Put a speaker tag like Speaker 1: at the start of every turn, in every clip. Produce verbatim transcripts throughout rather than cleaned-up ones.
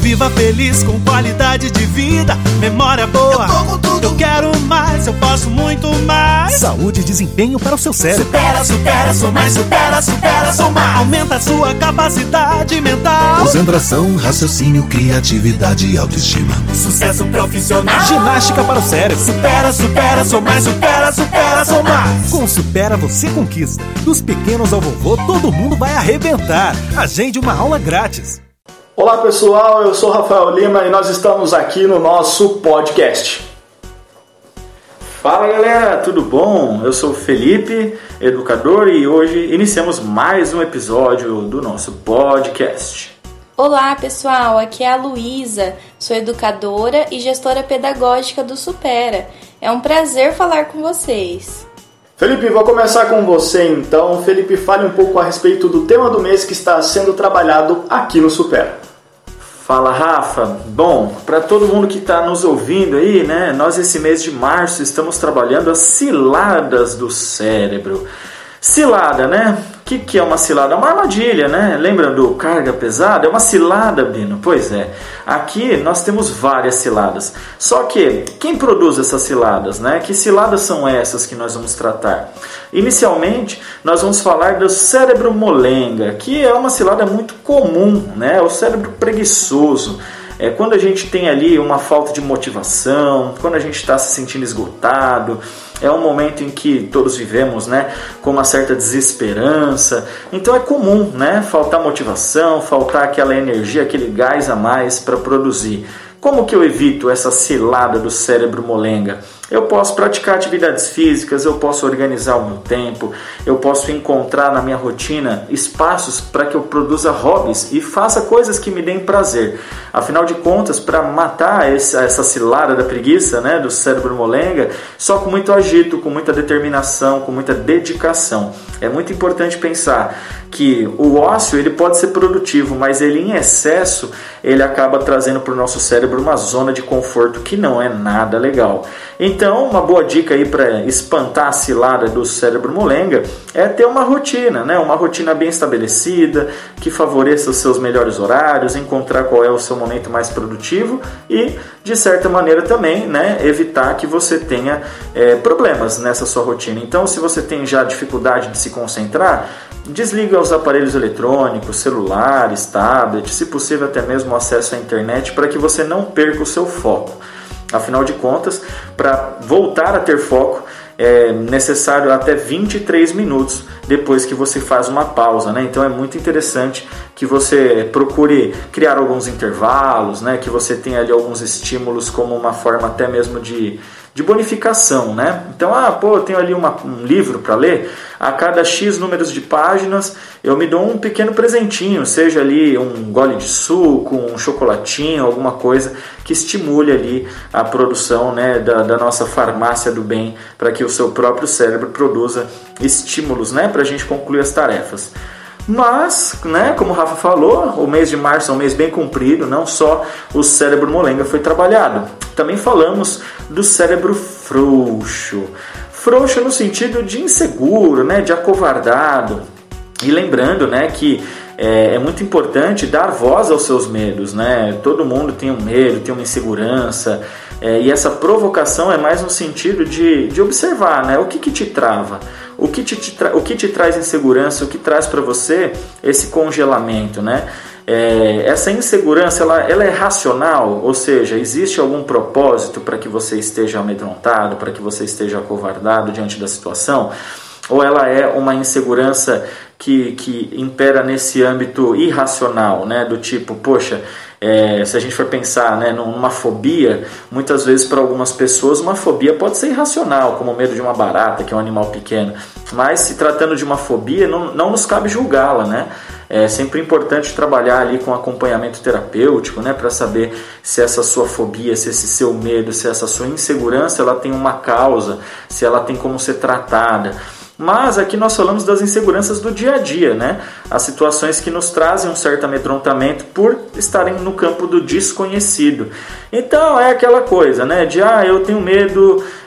Speaker 1: viva feliz com qualidade de vida, memória boa. Eu tô com tudo. Eu quero mais, eu posso muito mais.
Speaker 2: Saúde e desempenho para o seu cérebro.
Speaker 1: Supera, supera, sou mais, supera, supera, sou mais. Aumenta a sua capacidade mental.
Speaker 3: Concentração, raciocínio, criatividade e autoestima.
Speaker 1: Sucesso profissional.
Speaker 2: Ginástica para o cérebro.
Speaker 1: Supera, supera, sou mais, supera, supera, sou mais.
Speaker 2: Com Supera você conquista. Dos pequenos ao vovô, todo mundo vai arrebentar. Agende uma aula grátis.
Speaker 4: Olá pessoal, eu sou Rafael Lima e nós estamos aqui no nosso podcast. Fala galera, tudo bom? Eu sou o Felipe, educador, e hoje iniciamos mais um episódio do nosso podcast.
Speaker 5: Olá pessoal, aqui é a Luísa, sou educadora e gestora pedagógica do Supera. É um prazer falar com vocês.
Speaker 4: Felipe, vou começar com você então. Felipe, fale um pouco a respeito do tema do mês que está sendo trabalhado aqui no Supera.
Speaker 6: Fala Rafa, bom, para todo mundo que está nos ouvindo aí, né, nós esse mês de março estamos trabalhando as ciladas do cérebro. Cilada, né? O que, que é uma cilada? É uma armadilha, né? Lembra do carga pesada? É uma cilada, Bino. Pois é. Aqui nós temos várias ciladas. Só que quem produz essas ciladas, né? Que ciladas são essas que nós vamos tratar? Inicialmente, nós vamos falar do cérebro molenga, que é uma cilada muito comum, né? O cérebro preguiçoso. É quando a gente tem ali uma falta de motivação, quando a gente está se sentindo esgotado, é um momento em que todos vivemos, né, com uma certa desesperança. Então é comum, né, faltar motivação, faltar aquela energia, aquele gás a mais para produzir. Como que eu evito essa cilada do cérebro molenga? Eu posso praticar atividades físicas, eu posso organizar o meu tempo, eu posso encontrar na minha rotina espaços para que eu produza hobbies e faça coisas que me deem prazer. Afinal de contas, para matar essa, essa cilada da preguiça, né, do cérebro molenga, só com muito agito, com muita determinação, com muita dedicação. É muito importante pensar que o ócio ele pode ser produtivo, mas ele em excesso ele acaba trazendo para o nosso cérebro uma zona de conforto que não é nada legal. Então, uma boa dica aí para espantar a cilada do cérebro molenga é ter uma rotina, né? Uma rotina bem estabelecida, que favoreça os seus melhores horários, encontrar qual é o seu momento mais produtivo e, de certa maneira também, né, evitar que você tenha é, problemas nessa sua rotina. Então, se você tem já dificuldade de se concentrar, desliga os aparelhos eletrônicos, celulares, tablets, se possível até mesmo o acesso à internet, para que você não perca o seu foco. Afinal de contas, para voltar a ter foco, é necessário até vinte e três minutos depois que você faz uma pausa, né? Então é muito interessante que você procure criar alguns intervalos, né? Que você tenha ali alguns estímulos como uma forma até mesmo de, de bonificação, né? Então, ah, pô, eu tenho ali uma, um livro para ler, a cada X números de páginas eu me dou um pequeno presentinho, seja ali um gole de suco, um chocolatinho, alguma coisa que estimule ali a produção, né, da, da nossa farmácia do bem, para que o seu próprio cérebro produza estímulos, né, para a gente concluir as tarefas. Mas, né, como o Rafa falou, o mês de março é um mês bem comprido, não só o cérebro molenga foi trabalhado, também falamos do cérebro frouxo. Frouxo no sentido de inseguro, né, de acovardado. E lembrando, né, que é, é muito importante dar voz aos seus medos, né? Todo mundo tem um medo, tem uma insegurança, é, e essa provocação é mais no sentido de, de observar, né, o que, que te trava. O que te, te tra- o que te traz insegurança, o que traz para você esse congelamento, né? É, essa insegurança, ela, ela é racional, ou seja, existe algum propósito para que você esteja amedrontado, para que você esteja acovardado diante da situação? Ou ela é uma insegurança que, que impera nesse âmbito irracional, né? Do tipo, poxa, é, se a gente for pensar, né, numa fobia, muitas vezes para algumas pessoas uma fobia pode ser irracional, como o medo de uma barata, que é um animal pequeno, mas se tratando de uma fobia, não, não nos cabe julgá-la, né? É sempre importante trabalhar ali com acompanhamento terapêutico, né, para saber se essa sua fobia, se esse seu medo, se essa sua insegurança, ela tem uma causa, se ela tem como ser tratada. Mas aqui nós falamos das inseguranças do dia a dia, né? As situações que nos trazem um certo amedrontamento por estarem no campo do desconhecido. Então é aquela coisa, né? De, ah, eu tenho medo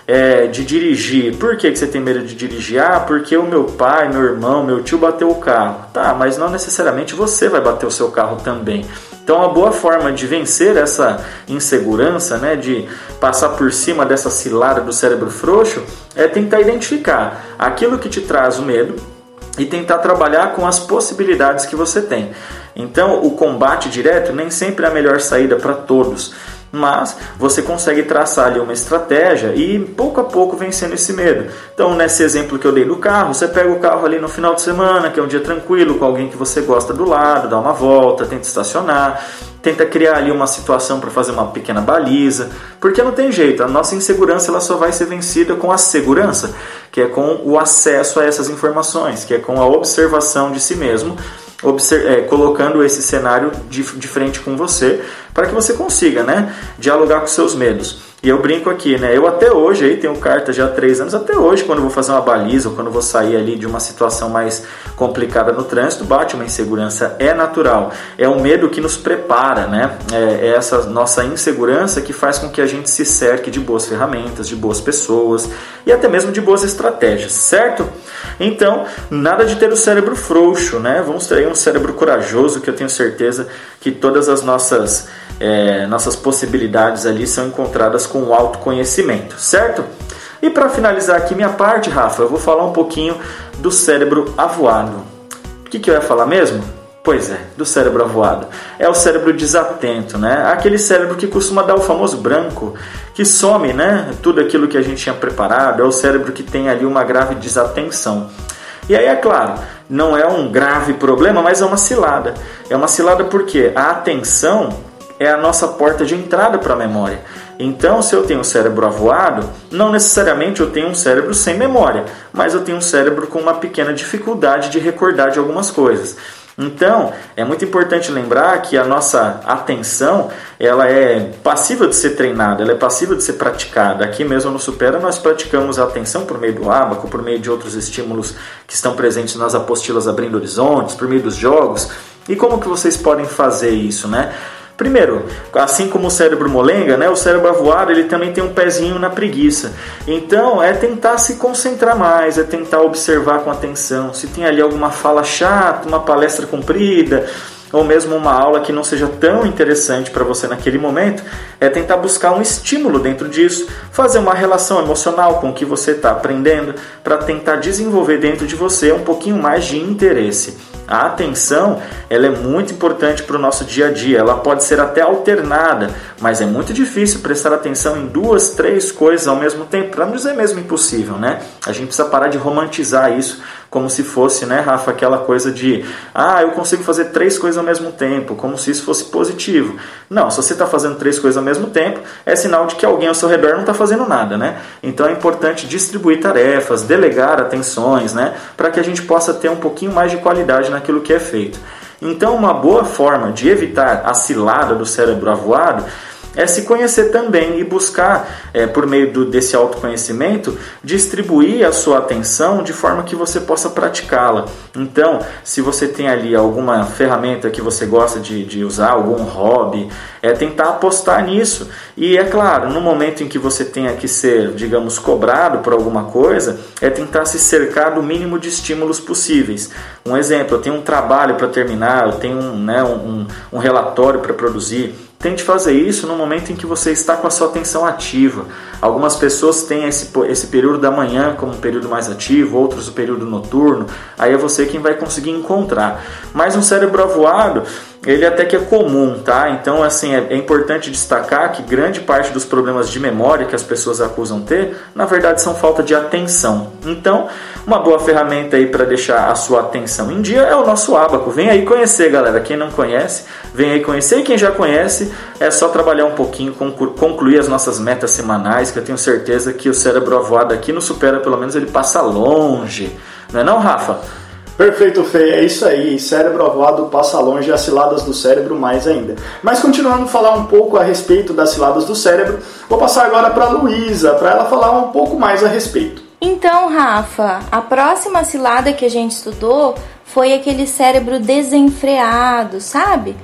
Speaker 6: é, de dirigir. Por que, que você tem medo de dirigir? Ah, porque o meu pai, meu irmão, meu tio bateu o carro. Tá, mas não necessariamente você vai bater o seu carro também. Então, uma boa forma de vencer essa insegurança, né, de passar por cima dessa cilada do cérebro frouxo, é tentar identificar aquilo que te traz o medo e tentar trabalhar com as possibilidades que você tem. Então, o combate direto nem sempre é a melhor saída para todos, mas você consegue traçar ali uma estratégia e pouco a pouco vencendo esse medo. Então, nesse exemplo que eu dei do carro, você pega o carro ali no final de semana, que é um dia tranquilo, com alguém que você gosta do lado, dá uma volta, tenta estacionar, tenta criar ali uma situação para fazer uma pequena baliza, porque não tem jeito, a nossa insegurança ela só vai ser vencida com a segurança, que é com o acesso a essas informações, que é com a observação de si mesmo, Observ- é, colocando esse cenário de, de frente com você, para que você consiga, né, dialogar com seus medos. E eu brinco aqui, né, eu até hoje, aí tenho carta já há três anos, até hoje, quando eu vou fazer uma baliza, ou quando eu vou sair ali de uma situação mais complicada no trânsito, bate uma insegurança, é natural, é o medo que nos prepara, né, é, é essa nossa insegurança que faz com que a gente se cerque de boas ferramentas, de boas pessoas, e até mesmo de boas estratégias, certo? Então, nada de ter o cérebro frouxo, né, vamos ter aí um cérebro corajoso, que eu tenho certeza que todas as nossas, é, nossas possibilidades ali são encontradas com o autoconhecimento, certo? E para finalizar aqui minha parte, Rafa, eu vou falar um pouquinho do cérebro avoado. O que, que eu ia falar mesmo? Pois é, do cérebro avoado. É o cérebro desatento, né? Aquele cérebro que costuma dar o famoso branco, que some, né, tudo aquilo que a gente tinha preparado. É o cérebro que tem ali uma grave desatenção. E aí, é claro, não é um grave problema, mas é uma cilada. É uma cilada porque a atenção é a nossa porta de entrada para a memória. Então, se eu tenho um cérebro avoado, não necessariamente eu tenho um cérebro sem memória, mas eu tenho um cérebro com uma pequena dificuldade de recordar de algumas coisas. Então, é muito importante lembrar que a nossa atenção, ela é passível de ser treinada, ela é passível de ser praticada. Aqui mesmo no Supera nós praticamos a atenção por meio do ábaco, por meio de outros estímulos que estão presentes nas apostilas Abrindo Horizontes, por meio dos jogos. E como que vocês podem fazer isso, né? Primeiro, assim como o cérebro molenga, né, o cérebro avoado ele também tem um pezinho na preguiça. Então, é tentar se concentrar mais, é tentar observar com atenção. Se tem ali alguma fala chata, uma palestra comprida, ou mesmo uma aula que não seja tão interessante para você naquele momento, é tentar buscar um estímulo dentro disso, fazer uma relação emocional com o que você está aprendendo, para tentar desenvolver dentro de você um pouquinho mais de interesse. A atenção ela é muito importante para o nosso dia a dia, ela pode ser até alternada, mas é muito difícil prestar atenção em duas, três coisas ao mesmo tempo, para não dizer mesmo impossível, né? A gente precisa parar de romantizar isso como se fosse, né, Rafa, aquela coisa de ah, eu consigo fazer três coisas ao mesmo tempo, como se isso fosse positivo. Não, se você está fazendo três coisas ao mesmo tempo, é sinal de que alguém ao seu redor não está fazendo nada, né? Então é importante distribuir tarefas, delegar atenções, né, para que a gente possa ter um pouquinho mais de qualidade naquilo que é feito. Então, uma boa forma de evitar a cilada do cérebro avoado é se conhecer também e buscar, é, por meio do, desse autoconhecimento, distribuir a sua atenção de forma que você possa praticá-la. Então, se você tem ali alguma ferramenta que você gosta de, de usar, algum hobby, é tentar apostar nisso. E é claro, no momento em que você tenha que ser, digamos, cobrado por alguma coisa, é tentar se cercar do mínimo de estímulos possíveis. Um exemplo, eu tenho um trabalho para terminar, eu tenho um, né, um, um relatório para produzir. Tente fazer isso no momento em que você está com a sua atenção ativa. Algumas pessoas têm esse, esse período da manhã como um período mais ativo, outros o período noturno. Aí é você quem vai conseguir encontrar. Mas um cérebro avoado, ele até que é comum, tá? Então, assim, é, é importante destacar que grande parte dos problemas de memória que as pessoas acusam ter, na verdade, são falta de atenção. Então, uma boa ferramenta aí para deixar a sua atenção em dia é o nosso ábaco. Vem aí conhecer, galera. Quem não conhece, vem aí conhecer. E quem já conhece, é só trabalhar um pouquinho, concluir as nossas metas semanais, que eu tenho certeza que o cérebro avoado aqui no Supera, pelo menos, ele passa longe. Não é não, Rafa?
Speaker 7: Perfeito, Fê, é isso aí, cérebro avoado passa longe, as ciladas do cérebro mais ainda. Mas continuando a falar um pouco a respeito das ciladas do cérebro, vou passar agora para a Luísa, para ela falar um pouco mais a respeito.
Speaker 5: Então, Rafa, a próxima cilada que a gente estudou foi aquele cérebro desenfreado, sabe?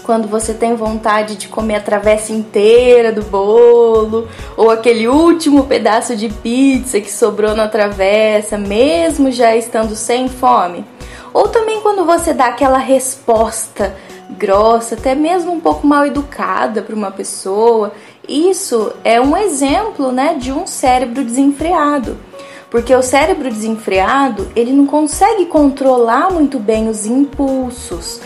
Speaker 5: quando você tem vontade de comer a travessa inteira do bolo, ou aquele último pedaço de pizza que sobrou na travessa, mesmo já estando sem fome. Ou também quando você dá aquela resposta grossa, até mesmo um pouco mal educada para uma pessoa. Isso é um exemplo, né, de um cérebro desenfreado. Porque o cérebro desenfreado, ele não consegue controlar muito bem os impulsos.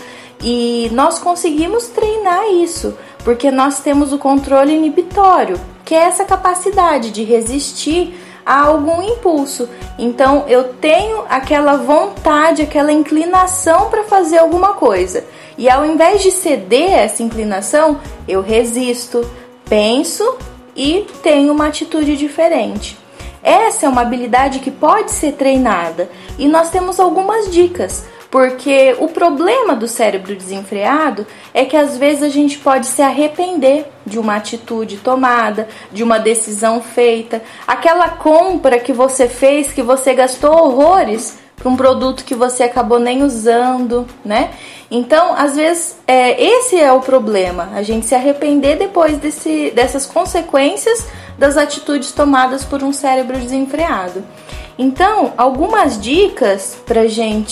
Speaker 5: E nós conseguimos treinar isso, porque nós temos o controle inibitório, que é essa capacidade de resistir a algum impulso. Então eu tenho aquela vontade, aquela inclinação para fazer alguma coisa. E ao invés de ceder a essa inclinação, eu resisto, penso e tenho uma atitude diferente. Essa é uma habilidade que pode ser treinada e nós temos algumas dicas, porque o problema do cérebro desenfreado é que às vezes a gente pode se arrepender de uma atitude tomada, de uma decisão feita, aquela compra que você fez, que você gastou horrores para um produto que você acabou nem usando, né? Então, às vezes, é, esse é o problema, a gente se arrepender depois desse, dessas consequências das atitudes tomadas por um cérebro desenfreado. Então, algumas dicas pra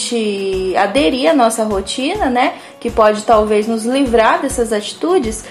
Speaker 5: gente aderir à nossa rotina, né, que pode talvez nos livrar dessas atitudes,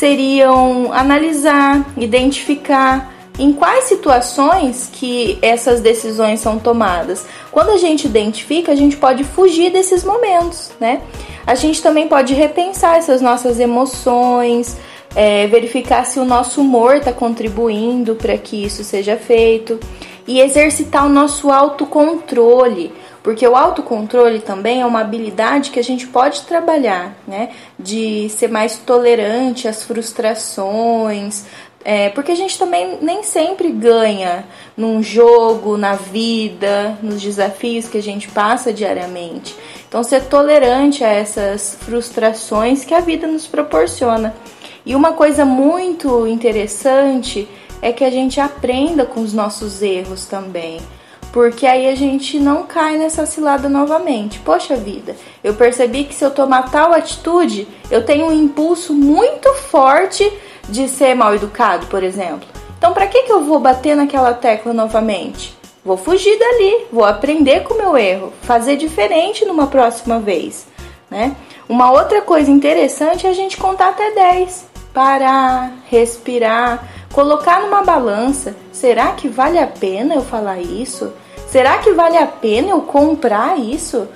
Speaker 5: seriam analisar, identificar em quais situações que essas decisões são tomadas. Quando a gente identifica, a gente pode fugir desses momentos, né? A gente também pode repensar essas nossas emoções, é, verificar se o nosso humor está contribuindo para que isso seja feito e exercitar o nosso autocontrole, porque o autocontrole também é uma habilidade que a gente pode trabalhar, né? De ser mais tolerante às frustrações, é, porque a gente também nem sempre ganha num jogo, na vida, nos desafios que a gente passa diariamente. Então, ser tolerante a essas frustrações que a vida nos proporciona. E uma coisa muito interessante é que a gente aprenda com os nossos erros também, porque aí a gente não cai nessa cilada novamente. Poxa vida, eu percebi que se eu tomar tal atitude, eu tenho um impulso muito forte de ser mal educado, por exemplo. Então, para que que eu vou bater naquela tecla novamente? Vou fugir dali, vou aprender com o meu erro, fazer diferente numa próxima vez, né? Uma outra coisa interessante é a gente contar até dez, parar, respirar, colocar numa balança. Será que vale a pena eu falar isso? Será que vale a pena eu comprar isso?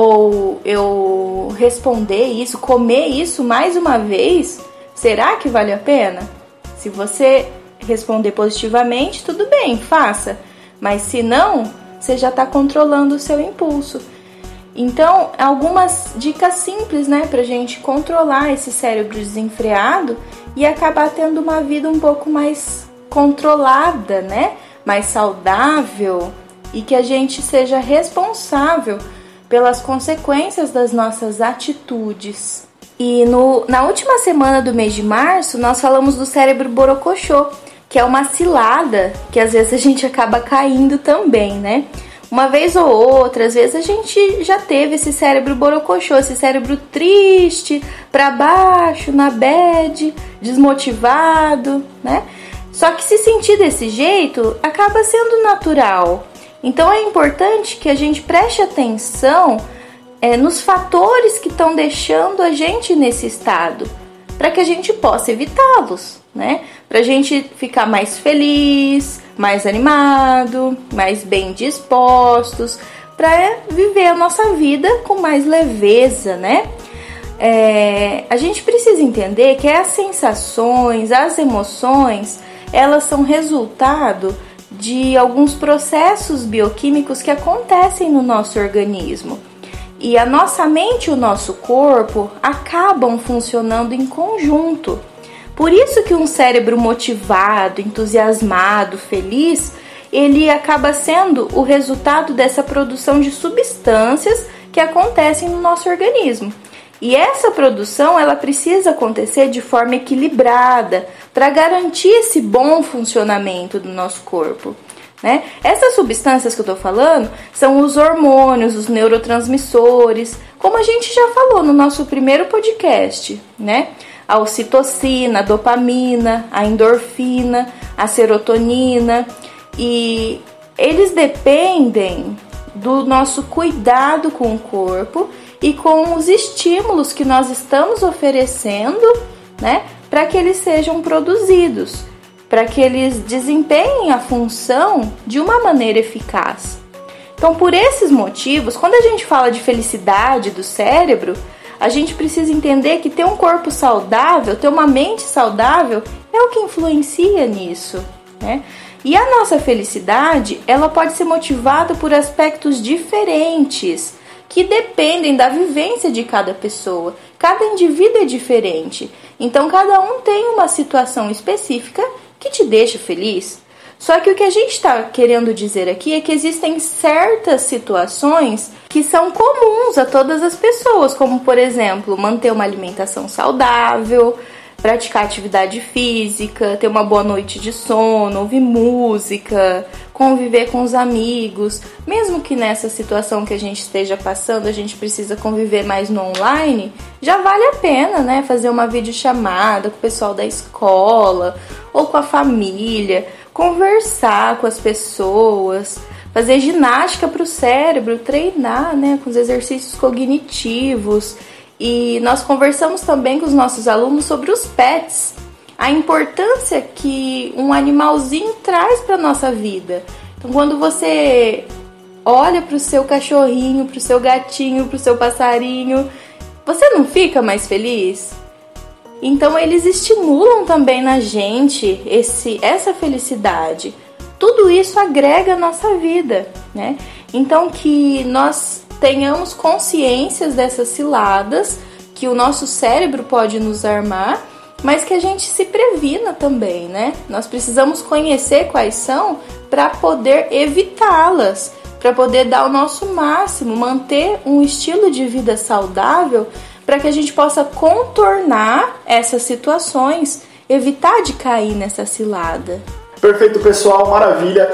Speaker 5: Ou eu responder isso, comer isso mais uma vez? Será que vale a pena? Se você responder positivamente, tudo bem, faça. Mas se não, você já está controlando o seu impulso. Então, algumas dicas simples, né, pra gente controlar esse cérebro desenfreado e acabar tendo uma vida um pouco mais controlada, né, mais saudável e que a gente seja responsável pelas consequências das nossas atitudes. E no, na última semana do mês de março, nós falamos do cérebro borocochô, que é uma cilada que às vezes a gente acaba caindo também, né? Uma vez ou outra, às vezes a gente já teve esse cérebro borocochô, esse cérebro triste, pra baixo, na bad, desmotivado, né? Só que se sentir desse jeito acaba sendo natural. Então é importante que a gente preste atenção é, nos fatores que estão deixando a gente nesse estado, para que a gente possa evitá-los, né? Para a gente ficar mais feliz, mais animado, mais bem dispostos, para viver a nossa vida com mais leveza, né? É, a gente precisa entender que as sensações, as emoções, elas são resultado de alguns processos bioquímicos que acontecem no nosso organismo. E a nossa mente e o nosso corpo acabam funcionando em conjunto. Por isso que um cérebro motivado, entusiasmado, feliz, ele acaba sendo o resultado dessa produção de substâncias que acontecem no nosso organismo. E essa produção, ela precisa acontecer de forma equilibrada para garantir esse bom funcionamento do nosso corpo. né? Essas substâncias que eu tô falando são os hormônios, os neurotransmissores, como a gente já falou no nosso primeiro podcast, né? A ocitocina, a dopamina, a endorfina, a serotonina, e eles dependem do nosso cuidado com o corpo e com os estímulos que nós estamos oferecendo, né, para que eles sejam produzidos, para que eles desempenhem a função de uma maneira eficaz. Então, por esses motivos, quando a gente fala de felicidade do cérebro, a gente precisa entender que ter um corpo saudável, ter uma mente saudável, é o que influencia nisso, né? E a nossa felicidade, ela pode ser motivada por aspectos diferentes, que dependem da vivência de cada pessoa. Cada indivíduo é diferente, então cada um tem uma situação específica que te deixa feliz. Só que o que a gente está querendo dizer aqui é que existem certas situações que são comuns a todas as pessoas, como, por exemplo, manter uma alimentação saudável, praticar atividade física, ter uma boa noite de sono, ouvir música, conviver com os amigos. Mesmo que nessa situação que a gente esteja passando, a gente precisa conviver mais no online, já vale a pena, né? Fazer uma videochamada com o pessoal da escola ou com a família, conversar com as pessoas, fazer ginástica para o cérebro, treinar, né? Com os exercícios cognitivos. E nós conversamos também com os nossos alunos sobre os pets, a importância que um animalzinho traz para a nossa vida. Então, quando você olha para o seu cachorrinho, para o seu gatinho, para o seu passarinho, você não fica mais feliz? Então, eles estimulam também na gente esse, essa felicidade. Tudo isso agrega a nossa vida, né? Então, que nós tenhamos consciências dessas ciladas que o nosso cérebro pode nos armar, mas que a gente se previna também, né? Nós precisamos conhecer quais são para poder evitá-las, para poder dar o nosso máximo, manter um estilo de vida saudável, para que a gente possa contornar essas situações, evitar de cair nessa cilada.
Speaker 7: Perfeito, pessoal, maravilha,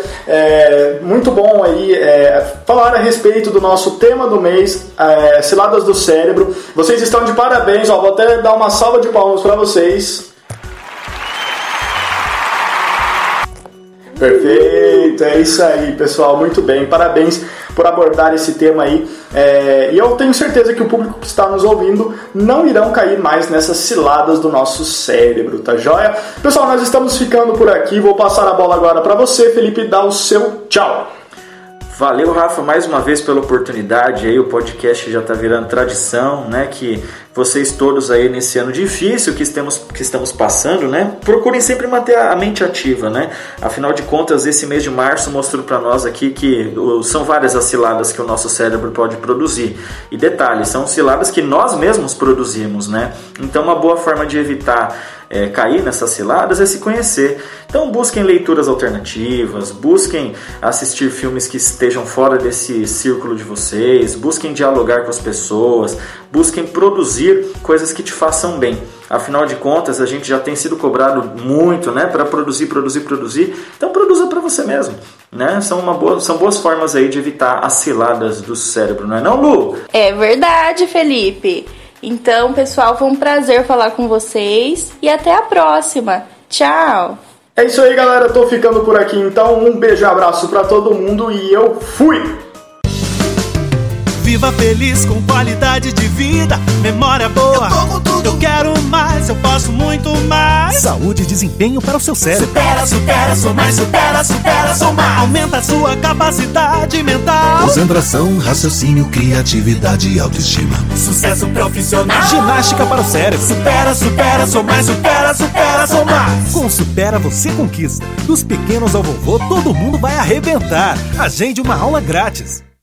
Speaker 7: é, muito bom aí é, falar a respeito do nosso tema do mês, é, ciladas do cérebro. Vocês estão de parabéns, ó, vou até dar uma salva de palmas para vocês. Perfeito, é isso aí, pessoal, muito bem, parabéns por abordar esse tema aí, é, e eu tenho certeza que o público que está nos ouvindo não irão cair mais nessas ciladas do nosso cérebro, tá joia? Pessoal, nós estamos ficando por aqui, vou passar a bola agora para você, Felipe, dá o seu tchau.
Speaker 6: Valeu, Rafa, mais uma vez pela oportunidade, aí o podcast já está virando tradição, né, que vocês todos aí nesse ano difícil que estamos, que estamos passando, né, procurem sempre manter a mente ativa, né, afinal de contas esse mês de março mostrou para nós aqui que são várias as ciladas que o nosso cérebro pode produzir, e detalhe, são ciladas que nós mesmos produzimos, né, então uma boa forma de evitar É, cair nessas ciladas é se conhecer. Então busquem leituras alternativas, busquem assistir filmes que estejam fora desse círculo de vocês, busquem dialogar com as pessoas, busquem produzir coisas que te façam bem. Afinal de contas, a gente já tem sido cobrado muito, né, para produzir, produzir, produzir. Então produza para você mesmo, né? São, uma boa, são boas formas aí de evitar as ciladas do cérebro, não é não, Lu?
Speaker 5: É verdade, Felipe. Então, pessoal, foi um prazer falar com vocês e até a próxima. Tchau!
Speaker 7: É isso aí, galera. Tô ficando por aqui, então um beijo e abraço pra todo mundo e eu fui!
Speaker 1: Viva feliz com qualidade de vida, memória boa. Eu tô com tudo. Eu quero mais, eu posso muito mais.
Speaker 2: Saúde e desempenho para o seu cérebro.
Speaker 1: Supera, supera, sou mais, supera, supera, sou mais. Aumenta a sua capacidade mental.
Speaker 3: Concentração, raciocínio, criatividade e autoestima.
Speaker 1: Sucesso profissional.
Speaker 2: Ginástica para o cérebro.
Speaker 1: Supera, supera, sou mais, supera, supera, sou mais.
Speaker 2: Com Supera você conquista. Dos pequenos ao vovô, todo mundo vai arrebentar. Agende uma aula grátis.